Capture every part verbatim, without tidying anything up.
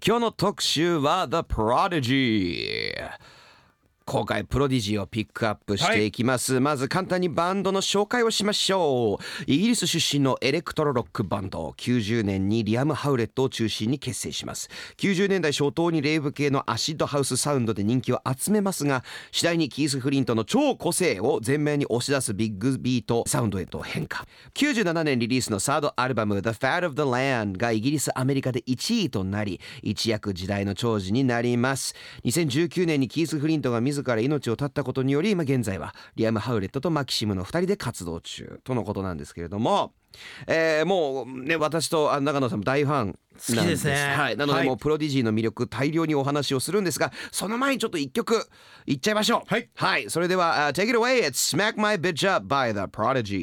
今日の特集は The Prodigy。今回プロディジーをピックアップしていきます、はい、まず簡単にバンドの紹介をしましょう。イギリス出身のエレクトロロックバンド、きゅうじゅうねんにリアム・ハウレットを中心に結成します。きゅうじゅうねんだい初頭にレイブ系のアシッドハウスサウンドで人気を集めますが、次第にキース・フリントの超個性を前面に押し出すビッグビートサウンドへと変化。きゅうじゅうななねんリリースのサードアルバム The Fat of the Land がイギリスアメリカでいちいとなり、一躍時代の寵児になります。にせんじゅうきゅうねんにキース・フリントが自ら命を絶ったことにより、今現在はリアム・ハウレットとマキシムのふたりで活動中とのことなんですけれども、えー、もうね、私と長野さんも大ファンなんです。 好きですね。 はい、なのでもうプロディジーの魅力大量にお話をするんですが、その前にちょっと一曲いっちゃいましょう。はい、はい、それでは、uh, Take it away. It's Smack My Bitch Up by The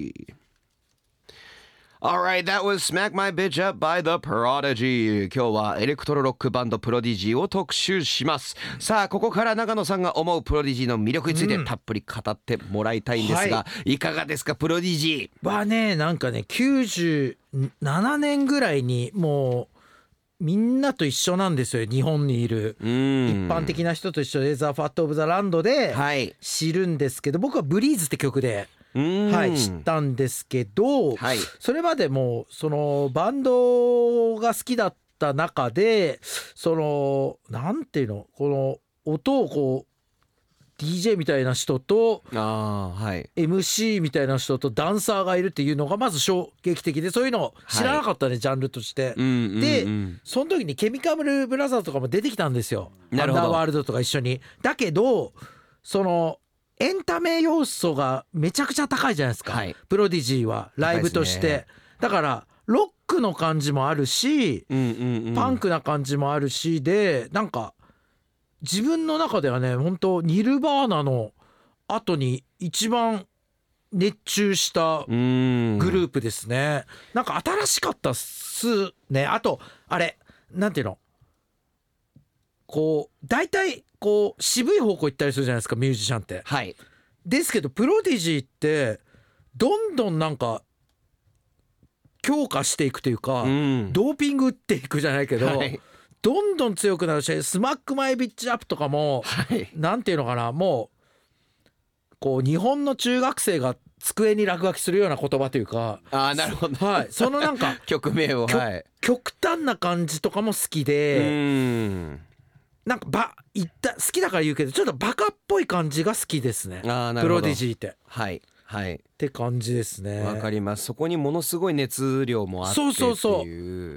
Prodigy.Alright, that was Smack My Bitch Up by The Prodigy。 今日はエレクトロロックバンドプロディジーを特集します。さあ、ここから長野さんが思うプロディジーの魅力についてたっぷり語ってもらいたいんですが、うん、いかがですか、プロディジーはね。なんかね、きゅうじゅうななねんぐらいにもうみんなと一緒なんですよ、日本にいる一般的な人と一緒で、ザ・ファット・オブ・ザ・ランドで知るんですけど、はい、僕はブリーズって曲ではい、知ったんですけど、はい、それまでもそのバンドが好きだった中で、そのなんていうの、この音をこう ディージェー みたいな人とあ、はい、エムシー みたいな人とダンサーがいるっていうのがまず衝撃的で、そういうのを知らなかったね、はい、ジャンルとして、うんうんうん、でその時にケミカルブラザーズとかも出てきたんですよ、アンダーワールドとか一緒に。だけどそのエンタメ要素がめちゃくちゃ高いじゃないですか、はい、プロディジーはライブとして、ね、だからロックの感じもあるし、うんうんうん、パンクな感じもあるしで、なんか自分の中ではね、本当ニルバーナの後に一番熱中したグループですね。なんか新しかったっすね。あとあれなんていうの、こう大体こう渋い方向行ったりするじゃないですか、ミュージシャンって、はい、ですけどプロディジーってどんどんなんか強化していくというか、うん、ドーピング打っていくじゃないけど、はい、どんどん強くなるし、スマックマイビッチアップとかも、はい、なんていうのかな、もうこう日本の中学生が机に落書きするような言葉というか、 あ、なるほど、 はい、そのなんか曲名を、はい、 極端な感じとかも好きで、うーん、なんかば言った好きだから言うけど、ちょっとバカっぽい感じが好きですね、あ、なるほど、プロディジーって。はいはい、って感じですね。 わかります。そこにものすごい熱量もあってっていう。そうそうそう。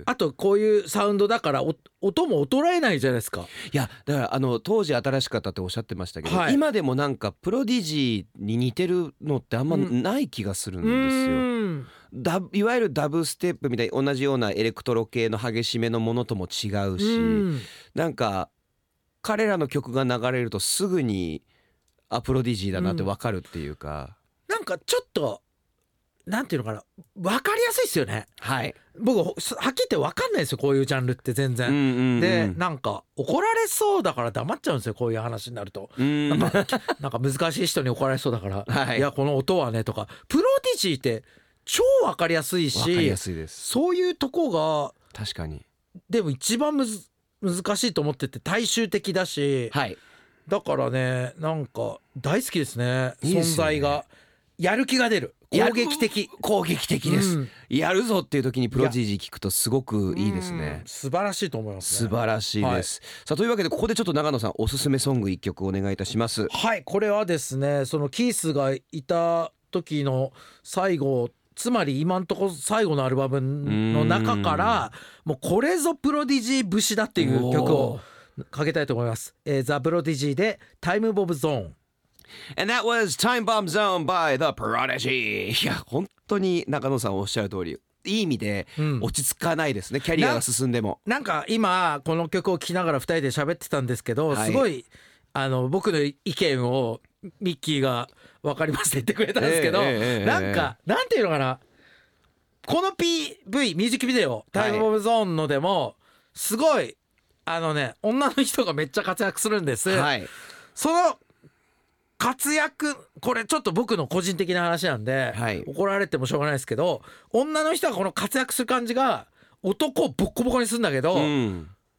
あとこういうサウンドだから音も衰えないじゃないですか。 いやだからあの当時新しかったっておっしゃってましたけど、はい、今でもなんかプロディジーに似てるのってあんまない気がするんですよ、うん、だいわゆるダブステップみたいに同じようなエレクトロ系の激しめのものとも違うし、うん、なんか彼らの曲が流れるとすぐにあプロディジーだなって分かるっていうか、 うん、なんかちょっとなんていうのかな、分かりやすいですよね。はい、僕はっきり言って分かんないですよ、こういうジャンルって全然、うんうんうん、でなんか怒られそうだから黙っちゃうんですよ、こういう話になると。うんなんかなんか難しい人に怒られそうだから、はい、いやこの音はねとか。プロディジーって超分かりやすいし、 分かりやすいです。 そういうとこが確かにでも一番むず難しいと思ってて、大衆的だし、はい、だからね、なんか大好きですね。いいですよね、存在がやる気が出る、攻撃的攻撃的です、うん、やるぞっていう時にプロディジー聞くとすごくいいですね。 素晴らしいと思いますね。 素晴らしいです、はい、さあというわけでここでちょっと長野さんおすすめソングいっきょくお願いいたします。 はい、これはですね、そのキースがいた時の最後、つまり今んとこ最後のアルバムの中からもうこれぞプロディジー節だっていう曲をかけたいと思います、えー、ザ・プロディジーでタイムボムゾーン。 And that was Time Bomb Zone by The Prodigy。 いや本当に中野さんおっしゃる通り、いい意味で落ち着かないですね、うん、キャリアが進んでも。 な, なんか今この曲を聴きながらふたりで喋ってたんですけど、はい、すごいあの僕の意見をミッキーが分かりますって言ってくれたんですけど、えーえー、なんかなんていうのかな、この ピーブイ ミュージックビデオタイムボムゾーンのでもすごいあのね、女の人がめっちゃ活躍するんです、はい、その活躍、これちょっと僕の個人的な話なんで、はい、怒られてもしょうがないですけど、女の人がこの活躍する感じが男をボッコボコにするんだけど、うん、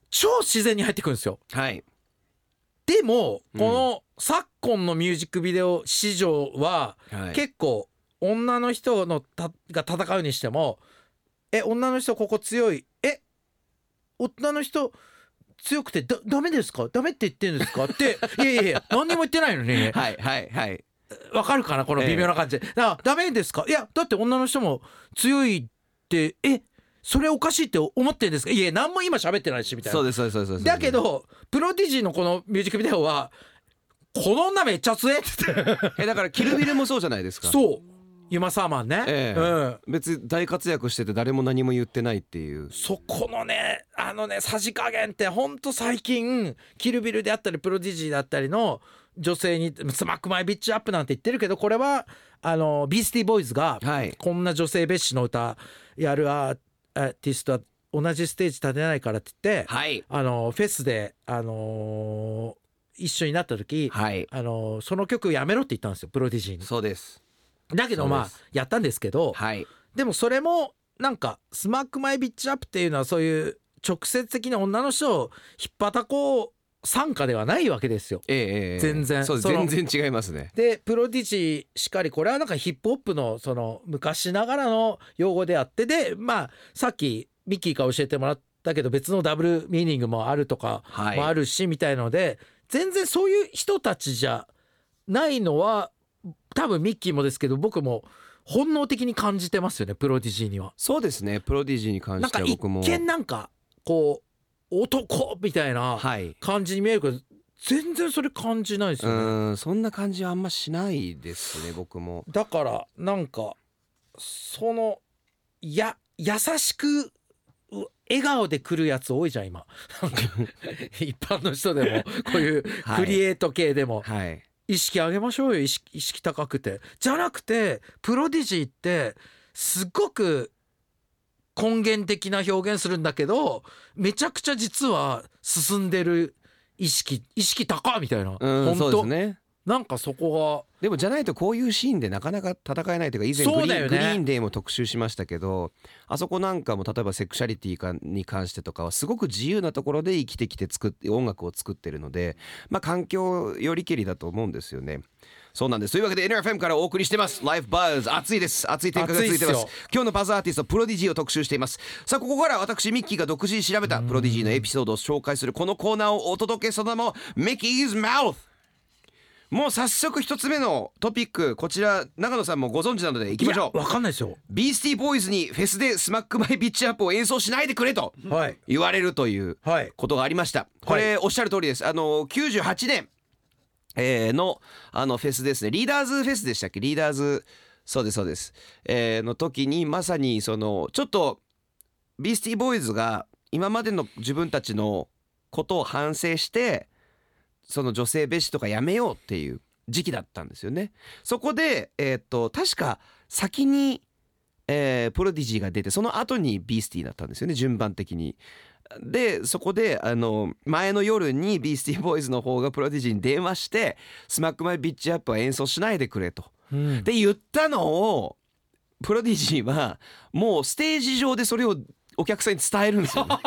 超自然に入ってくるんですよ。 はいでもこの昨今のミュージックビデオ市場は結構女の人のたが戦うにしても、え女の人ここ強い、え女の人強くてだダメですか、ダメって言ってるんですかっていやいやいや何にも言ってないのにはいはいはいわかるかなこの微妙な感じで、だからダメですか、いやだって女の人も強いってえそれおかしいって思ってるんですか、いや何も今喋ってないしみたいな。 そうですそうですそうです。 だけどプロディジーのこのミュージックビデオはこの女めっちゃ強えってえだからキルビルもそうじゃないですか。 そうユマサーマンね、 ええうん、別に大活躍してて誰も何も言ってないっていう、 そこのねあのねさじ加減ってほんと最近キルビルであったりプロディジーだったりの女性にスマックマイビッチアップなんて言ってるけど、これはあのビースティーボーイズがこんな女性蔑視の歌やるアーティストは同じステージ立てないからって言って、はい、あのフェスで、あのー、一緒になった時、はい、あのー、その曲やめろって言ったんですよプロディジーに。 そうです。 だけどまあやったんですけど、はい、でもそれもなんかスマックマイビッチアップっていうのはそういう直接的な女の人を引っ張たこう参加ではないわけですよ、ええ、全然そう全然違いますね。 でプロディジーしっかりこれはなんかヒップホップのその昔ながらの用語であって、でまあさっきミッキーから教えてもらったけど別のダブルミーニングもあるとかもあるし、はい、みたいので全然そういう人たちじゃないのは多分ミッキーもですけど僕も本能的に感じてますよねプロディジーには。 そうですねプロディジーに関しては僕もなんか一見なんかこう男みたいな感じに見えるけど、はい、全然それ感じないですよね。 うんそんな感じはあんましないですね僕も。 だからなんかそのや優しく笑顔で来るやつ多いじゃん今一般の人でもこういうクリエイト系でも、はいはい、意識上げましょうよ、意識、意識高くてじゃなくてプロディジーってすごく根源的な表現するんだけどめちゃくちゃ実は進んでる意識意識高みたいな、 うん、本当そうですね。 なんかそこがでもじゃないとこういうシーンでなかなか戦えないというか、以前グリーン、ね、グリーンデーも特集しましたけど、あそこなんかも例えばセクシャリティかに関してとかはすごく自由なところで生きてきて作って音楽を作ってるので、まあ環境よりけりだと思うんですよね。そうなんです。というわけで エヌエフエム からお送りしてます Live Buzz、 熱いです。熱い展開が続いてます。今日のバズアーティストプロディジーを特集しています。さあここから私ミッキーが独自に調べたプロディジーのエピソードを紹介するこのコーナーをお届け、その名も Mickey's Mouth。もう早速一つ目のトピック、こちら長野さんもご存知なのでいきましょう。 わかんないですよ。 ビースティーボーイズにフェスでスマックマイビッチアップを演奏しないでくれと言われるということがありました、はい、これおっしゃる通りです。あのきゅうじゅうはちねん、えー、のあのフェスですね、リーダーズフェスでしたっけ、リーダーズ、そうですそうです、えー、の時にまさにそのちょっとビースティーボーイズが今までの自分たちのことを反省してその女性蔑視とかやめようっていう時期だったんですよね。そこで、えー、っと確か先に、えー、プロディジーが出てその後にビースティーだったんですよね、順番的に。でそこであの前の夜にビースティーボーイズの方がプロディジーに電話してスマックマイビッチアップは演奏しないでくれと、うん、で言ったのをプロディジーはもうステージ上でそれをお客さんに伝えるんですよね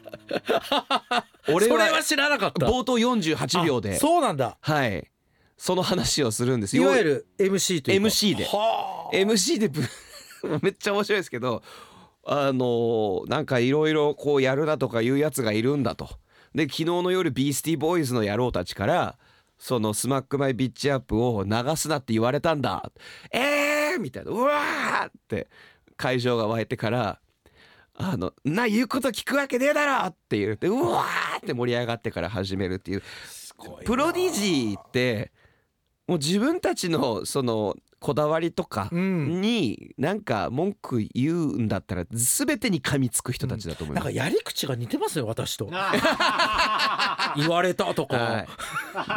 俺はそれは知らなかった。 冒頭よんじゅうはちびょうで、 そうなんだ、 はい、その話をするんですよ。 いわゆる エムシー というかエムシー で エムシー でめっちゃ面白いですけど、あのなんかいろいろこうやるなとかいうやつがいるんだと。で昨日の夜ビースティーボーイズの野郎たちからそのスマックマイビッチアップを流すなって言われたんだ、えーみたいな、うわーって会場が沸いてから、あのな言うこと聞くわけねえだろって言ってうわーって盛り上がってから始めるっていう。プロディジーってもう自分たちのそのこだわりとかになんか文句言うんだったら全てに噛みつく人たちだと思います、 うん、なんかやり口が似てますよ私と言われたとか、はい、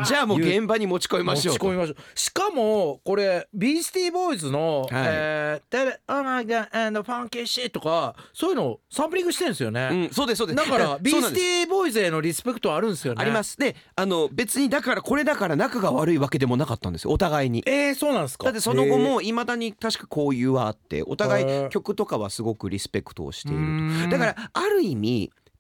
じゃあもう現場に持ち込みましょう。 持ち込みましょう。しかもこれビースティーボーイズの、はい、えー、テレオマガand funky shit とかそういうのサンプリングしてるんですよね、 うん、そうですそうです。 だからビースティーボーイズへのリスペクトはあるんですよね。 あります。であの別にだからこれだから仲が悪いわけでもなかったんですよお互いに。 えー、そうなんですか。 だってその後もいまだに確か交友はあってお互い曲とかはすごくリスペクトをしていると。だからある意味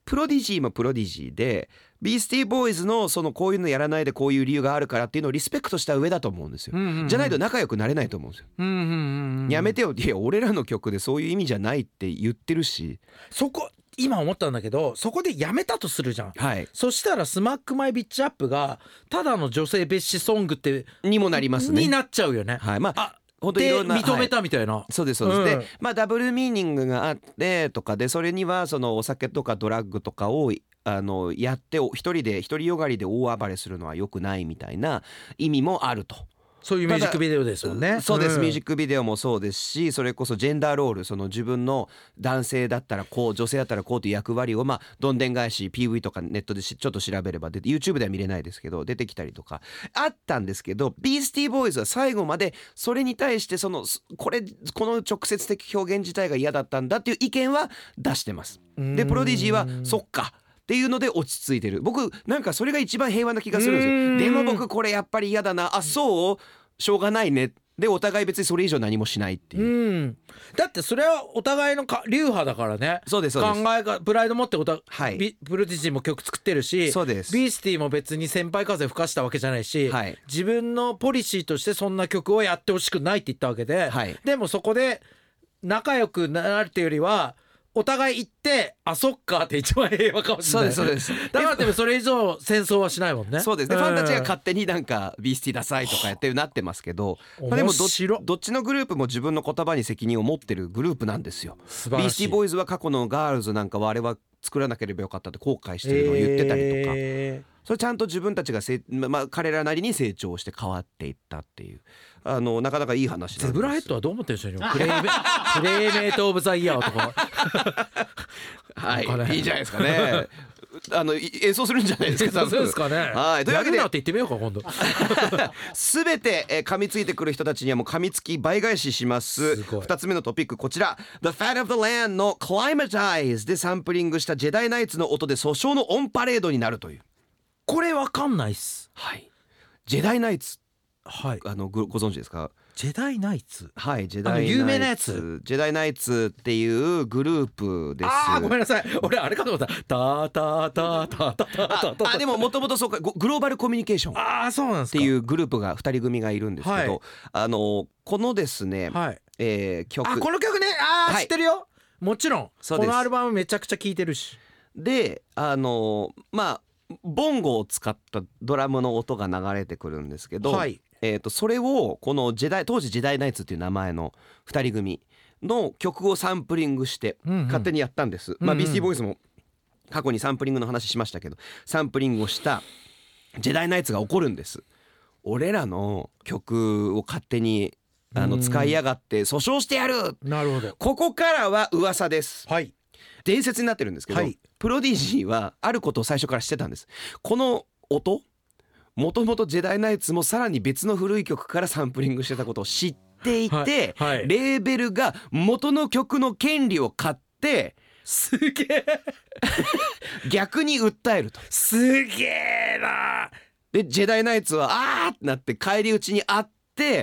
プロディジーもプロディジーでビースティーボーイズのそのこういうのやらないでこういう理由があるからっていうのをリスペクトした上だと思うんですよ、うんうんうん、じゃないと仲良くなれないと思うんですよ、うんうんうんうん、やめてよ、いや俺らの曲でそういう意味じゃないって言ってるし、 そこ今思ったんだけど、そこでやめたとするじゃん、はい、そしたらスマックマイビッチアップがただの女性蔑視ソングってにもなりますね、 になっちゃうよね、 はい、まあ本当にいろんな認めたみたいな、はい、 そうですそうです、うん、でまあダブルミーニングがあってとかで、それにはそのお酒とかドラッグとかをあのやって一人で一人よがりで大暴れするのは良くないみたいな意味もあると。 そういうミュージックビデオですもんね。 そうです、 うん、 ミュージックビデオもそうですし、それこそジェンダーロール、その自分の男性だったらこう女性だったらこうという役割をまあどんでん返し ピーブイ とかネットでちょっと調べれば出て YouTube では見れないですけど出てきたりとかあったんですけど、ビースティーボーイズは最後までそれに対してそのこれこの直接的表現自体が嫌だったんだっていう意見は出してます。でプロディジーはそっかっていうので落ち着いてる。僕なんかそれが一番平和な気がするんですよ。でも僕これやっぱり嫌だな、あそうしょうがないねでお互い別にそれ以上何もしないっていう、うん、 だってそれはお互いのか流派だからね。 そうですそうです、 考えがプライド持っておた、はい、プロディジーも曲作ってるし、 そうです、 ビースティーも別に先輩風吹かしたわけじゃないし、はい、自分のポリシーとしてそんな曲をやってほしくないって言ったわけで、はい、でもそこで仲良くなるっていうよりはお互い言ってあそっかって一番平和かもしれない。 そうですそうです。 だからでもそれ以上戦争はしないもんね。 そうですね、ファンたちが勝手になんかビースティダサいとかやってなってますけど、まあ、でも ど, どっちのグループも自分の言葉に責任を持ってるグループなんですよ。ビースティボーイズは過去のガールズなんかはあれは作らなければよかったって後悔してるのを言ってたりとか、えー、それちゃんと自分たちがせ、まあ、彼らなりに成長して変わっていったっていう、あのなかなかいい話なんです。 ゼブラヘッドはどう思ってるんでしょう。プレイメプレイメイトオブザイヤーとかはい、いいじゃないですかね。あの演奏するんじゃないですか。 そうですかね。 はい、というわけでやるなって言ってみようか今度。 すべて、えー、噛みついてくる人たちにはもう噛みつき倍返しします。ふたつめのトピックこちら、 The Fat of the Land の Climatize でサンプリングしたジェダイナイツの音で訴訟のオンパレードになるという。 これわかんないっす。 はい、ジェダイナイツ、 はい、 あの ご, ご存知ですか。 ジェダイナイツ、 はい、ジェダイナイツ、 有名なやつ、 ジェダイナイツっていうグループです。 あーごめんなさい、俺あれかと思った。タタタタタタタ。 あでももともとそうか、グローバルコミュニケーションあーそうなんですかっていうグループがふたり組がいるんですけど、はい、あのこのですね、はいえー、曲、 あこの曲ね、あー、はい、知ってるよ、もちろんこのアルバムめちゃくちゃ聴いてるし。 であのまあボンゴを使ったドラムの音が流れてくるんですけど、はいえー、とそれをこのジェダイ当時ジェダイナイツっていう名前のふたり組の曲をサンプリングして勝手にやったんです、うんうんまあ、ビースティーボーイズも過去にサンプリングの話しましたけど、サンプリングをしたジェダイナイツが怒るんです。俺らの曲を勝手にあの使いやがって訴訟してやる。 なるほど。 ここからは噂です、 はい、 伝説になってるんですけど、はい、プロディジーはあることを最初から知ってたんです。この音もともとジェダイナイツもさらに別の古い曲からサンプリングしてたことを知っていて、はいはい、レーベルが元の曲の権利を買ってすげえ逆に訴えると。 すげえな。 でジェダイナイツはあーってなって返り討ちにあって、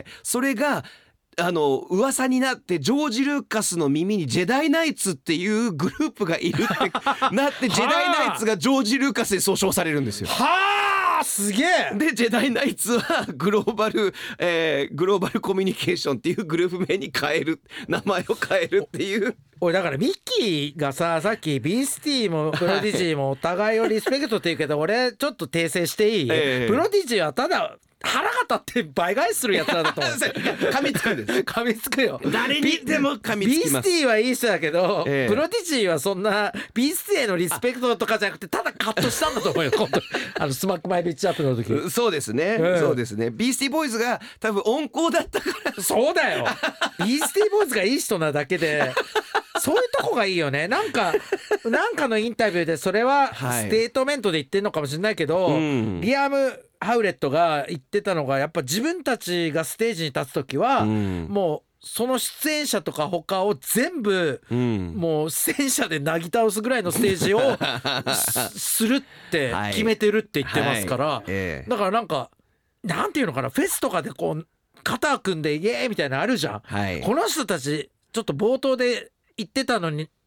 それがあの噂になってジョージ・ルーカスの耳にジェダイナイツっていうグループがいるってなってジェダイナイツがジョージ・ルーカスで訴訟されるんですよ。 はあすげえ。 でジェダイナイツはグローバル、えー、グローバルコミュニケーションっていうグループ名に変える、名前を変えるっていう。 俺だからミッキーがさ、さっきビースティーもプロディジーもお互いをリスペクトって言うけど、俺ちょっと訂正していい、えー、プロディジーはただ腹が立って倍返しするやつなんだと思う。 噛みつくんです。 噛みつくよ。 誰にでも噛みつきます。 ビースティーはいい人だけど、ええ、プロディジーはそんなビースティーへのリスペクトとかじゃなくてただカットしたんだと思うよ。今度あのスマックマイビッチアップの時。 そうですね、ええ、そうですね。ビースティーボーイズが多分温厚だったから。 そうだよ。ビースティーボーイズがいい人なだけで。そういうとこがいいよね。なんかなんかのインタビューでそれはステートメントで言ってんのかもしれないけど、はいうん、リアム・ハウレットが言ってたのが、やっぱ自分たちがステージに立つ時は、うん、もうその出演者とか他を全部、うん、もう戦車でなぎ倒すぐらいのステージをするって決めてるって言ってますから、はいはいえー、だからなんかなんていうのかな、フェスとかでこう肩組んでイエーイみたいなのあるじゃん、はい、この人たちちょっと冒頭で言ってたのに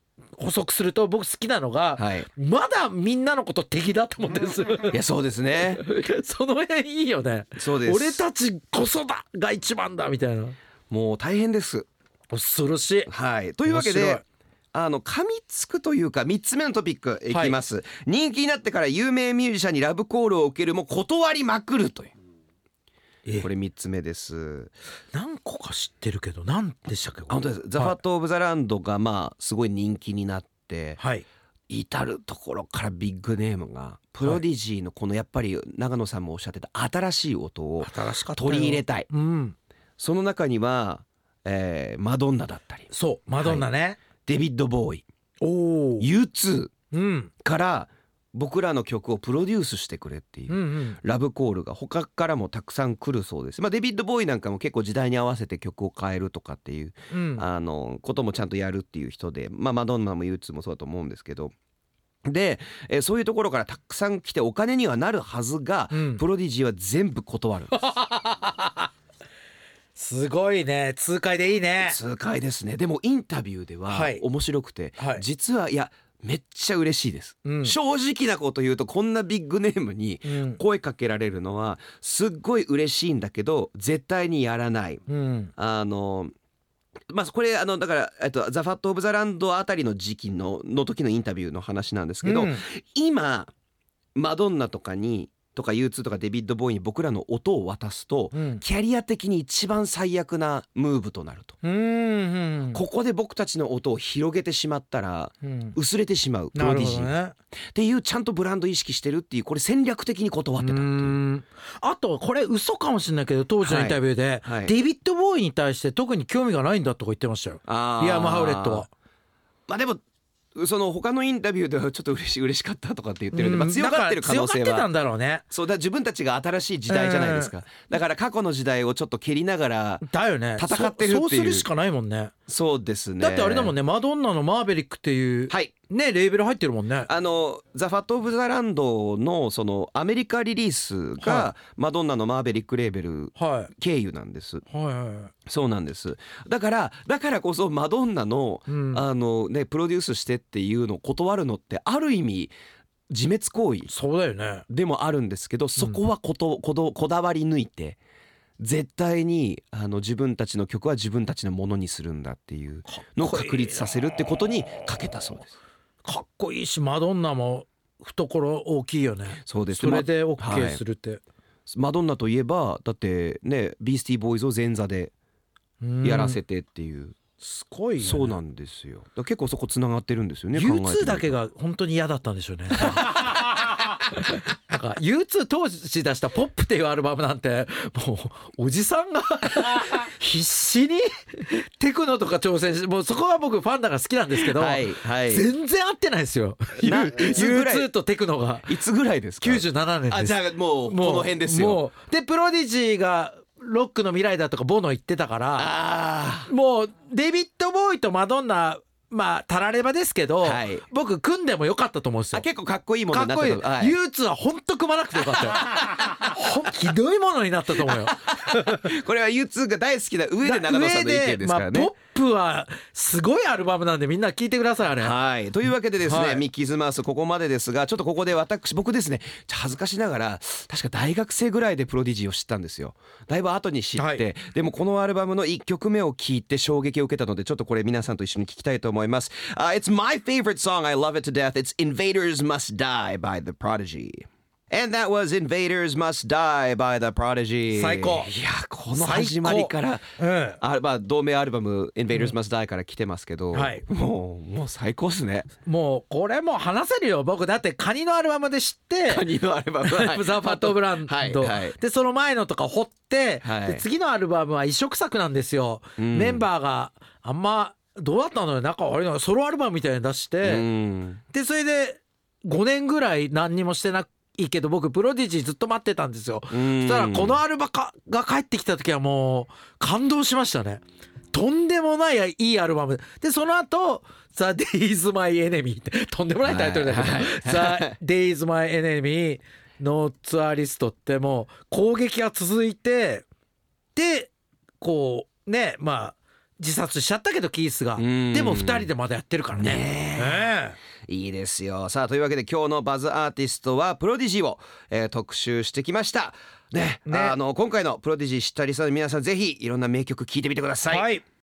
補足すると僕好きなのが、はい、まだみんなのこと敵だと思ってるんですいやそうですねその辺いいよね。 そうです。 俺たちこそだが一番だみたいな。 もう大変です。 恐ろしい。 はい、というわけであの噛みつくというかみっつめのトピックいきます、はい、人気になってから有名ミュージシャンにラブコールを受けるも断りまくるという、これみっつめです。 何個か知ってるけど何でしたっけ。 本当です。ザ・ファット・オブ・ザ・ランドがまあすごい人気になって、 はい、 至る所からビッグネームがプロディジーのこのやっぱり長野さんもおっしゃってた新しい音を取り入れたい、 うん、 その中には、えー、マドンナだったり、 そうマドンナね、はい、 デビッド・ボーイ、 おユーツー、 うん、 から僕らの曲をプロデュースしてくれっていうラブコールが他からもたくさん来るそうです。まあ、デビッド・ボーイなんかも結構時代に合わせて曲を変えるとかっていう、うん、あのこともちゃんとやるっていう人で、まあ、マドンナもユーツーもそうだと思うんですけど、で、えー、そういうところからたくさん来てお金にはなるはずが、うん、プロディジーは全部断るんですすごいね。痛快でいいね。 痛快ですね。でもインタビューでは面白くて、はい、実はいやめっちゃ嬉しいです、うん、正直なこと言うとこんなビッグネームに声かけられるのはすっごい嬉しいんだけど絶対にやらない、うん、あのまあこれあのだからえっとザ・ファット・オブ・ザ・ランドあたりの時期のの時のインタビューの話なんですけど、うん、今マドンナとかにとか ユーツー とかデビッド・ボーイに僕らの音を渡すと、うん、キャリア的に一番最悪なムーブとなると、うんうん、ここで僕たちの音を広げてしまったら、うん、薄れてしまうプロディジー、ね、っていうちゃんとブランド意識してるっていうこれ戦略的に断ってたっていう。うあとこれ嘘かもしれないけど当時のインタビューで、はいはい、デビッド・ボーイに対して特に興味がないんだとか言ってましたよ、リアム・ハウレットは。 まあでもその他のインタビューではちょっと嬉し嬉しかったとかって言ってるんで、まあ、強がってる可能性は強がってたんだろうね。 そうだ、自分たちが新しい時代じゃないですか、だから過去の時代をちょっと蹴りながらだよね、 戦ってるっていう。 そうするしかないもんね。 そうですね。 だってあれだもんね、マドンナのマーベリックっていう、はいね、レーベル入ってるもんね。 あのザ・ファット・オブ・ザ・ランドのそのアメリカリリースがマドンナのマーベリックレーベル経由なんです、はいはいはい、そうなんです。だからだからこそマドンナの、うん、あのねプロデュースしてっていうのを断るのってある意味自滅行為そうだよねでもあるんですけど、そこはこと、こどこだわり抜いて絶対にあの自分たちの曲は自分たちのものにするんだっていうのを確立させるってことにかけたそうです。 かっこいいしマドンナも懐大きいよね。 そうです。 それで OK するって、はい、 マドンナといえばだってねビースティーボーイズを前座でやらせてっていう、 すごいよね。 そうなんですよ。だ結構そこつながってるんですよね。 ユーツー だけが本当に嫌だったんでしょうねなんか ユーツー 当時出したポップっていうアルバムなんてもうおじさんが必死にテクノとか挑戦して、もうそこは僕ファンだから好きなんですけど、はいはい、全然合ってないですよユーツー とテクノが。 いつぐらいですか？ きゅうじゅうななねんです。 あ、じゃあもうこの辺ですよ。もうでプロディジーがロックの未来だとかボノ言ってたから、あもうデビッド・ボーイとマドンナまあたらればですけど、はい、僕組んでもよかったと思うんですよ。 あ結構かっこいいものになったと。 かっこいい、はい、ユーツー は本当組まなくてよかったよほひどいものになったと思うよこれは ユーツー が大好きな上で長野さんの意見ですからね。 まあ、ポップはすごいアルバムなんでみんな聴いてくださいあれ。 はいというわけでですね、はい、ミッキーズマウスここまでですが、ちょっとここで私僕ですね恥ずかしながら確か大学生ぐらいでプロディジーを知ったんですよ。だいぶ後に知って、はい、でもこのアルバムのいっきょくめを聴いて衝撃を受けたので、ちょっとこれ皆さんと一緒に聴きたいと思います。uh, It's my favorite song. I love it to death. It's Invaders Must Die by The Prodigy.And that was Invaders Must Die by The Prodigy。 最高。 いやこの始まりから、うんあまあ、同名アルバム Invaders Must Die から来てますけど、うんはい、もうもう最高っすね。 もうこれも話せるよ僕。だってカニのアルバムで知ってカニのアルバムザ・ファット・オブ・ランド、はいはい、でその前のとか掘って、はい、で次のアルバムは異色作なんですよ、うん、メンバーがあんまどうだったのよ、なんかあれソロアルバムみたいに出して、うん、でそれでごねんぐらい何にもしてなくいいけど僕プロディジーずっと待ってたんですよ。そしたらこのアルバムが帰ってきた時はもう感動しましたね。とんでもないいいアルバムで、その後 The Days My Enemy ってとんでもないタイトルだけど、はい、The Days My Enemy のツアーリストってもう攻撃が続いて、でこうねまあ自殺しちゃったけどキースが、でもふたりでまだやってるからね。ねえいいですよ。さあというわけで今日のバズアーティストはプロディジーを、えー、特集してきましたね。ねあの今回のプロディジー知ったリスナーの皆さんぜひいろんな名曲聴いてみてください。 はい。